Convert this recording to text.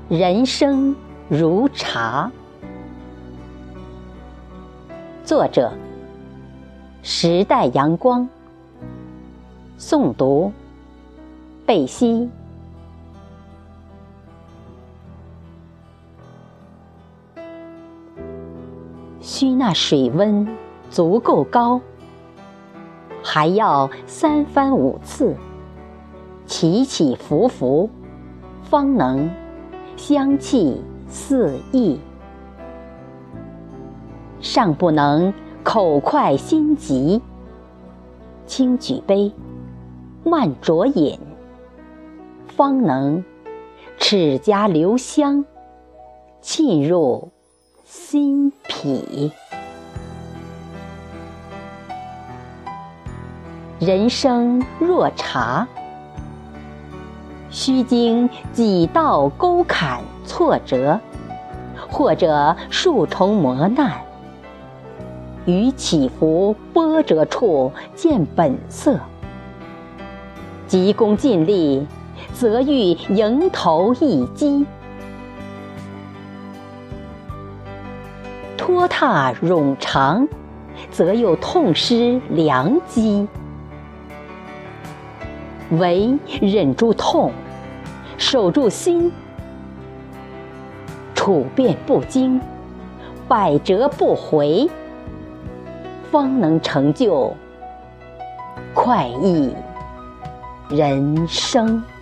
人生如茶。作者：时代阳光。诵读：贝西。需那水温足够高，还要3番5次，起起伏伏，方能香气四溢。尚不能口快心急，轻举杯，慢酌饮，方能齿颊留香，沁入心脾。人生若茶，须经几道沟坎挫折，或者数重磨难，于起伏波折处见本色，急功近利，则欲迎头一击；拖沓冗长，则又痛失良机。唯忍住痛，守住心，处变不惊，百折不回，方能成就快意人生。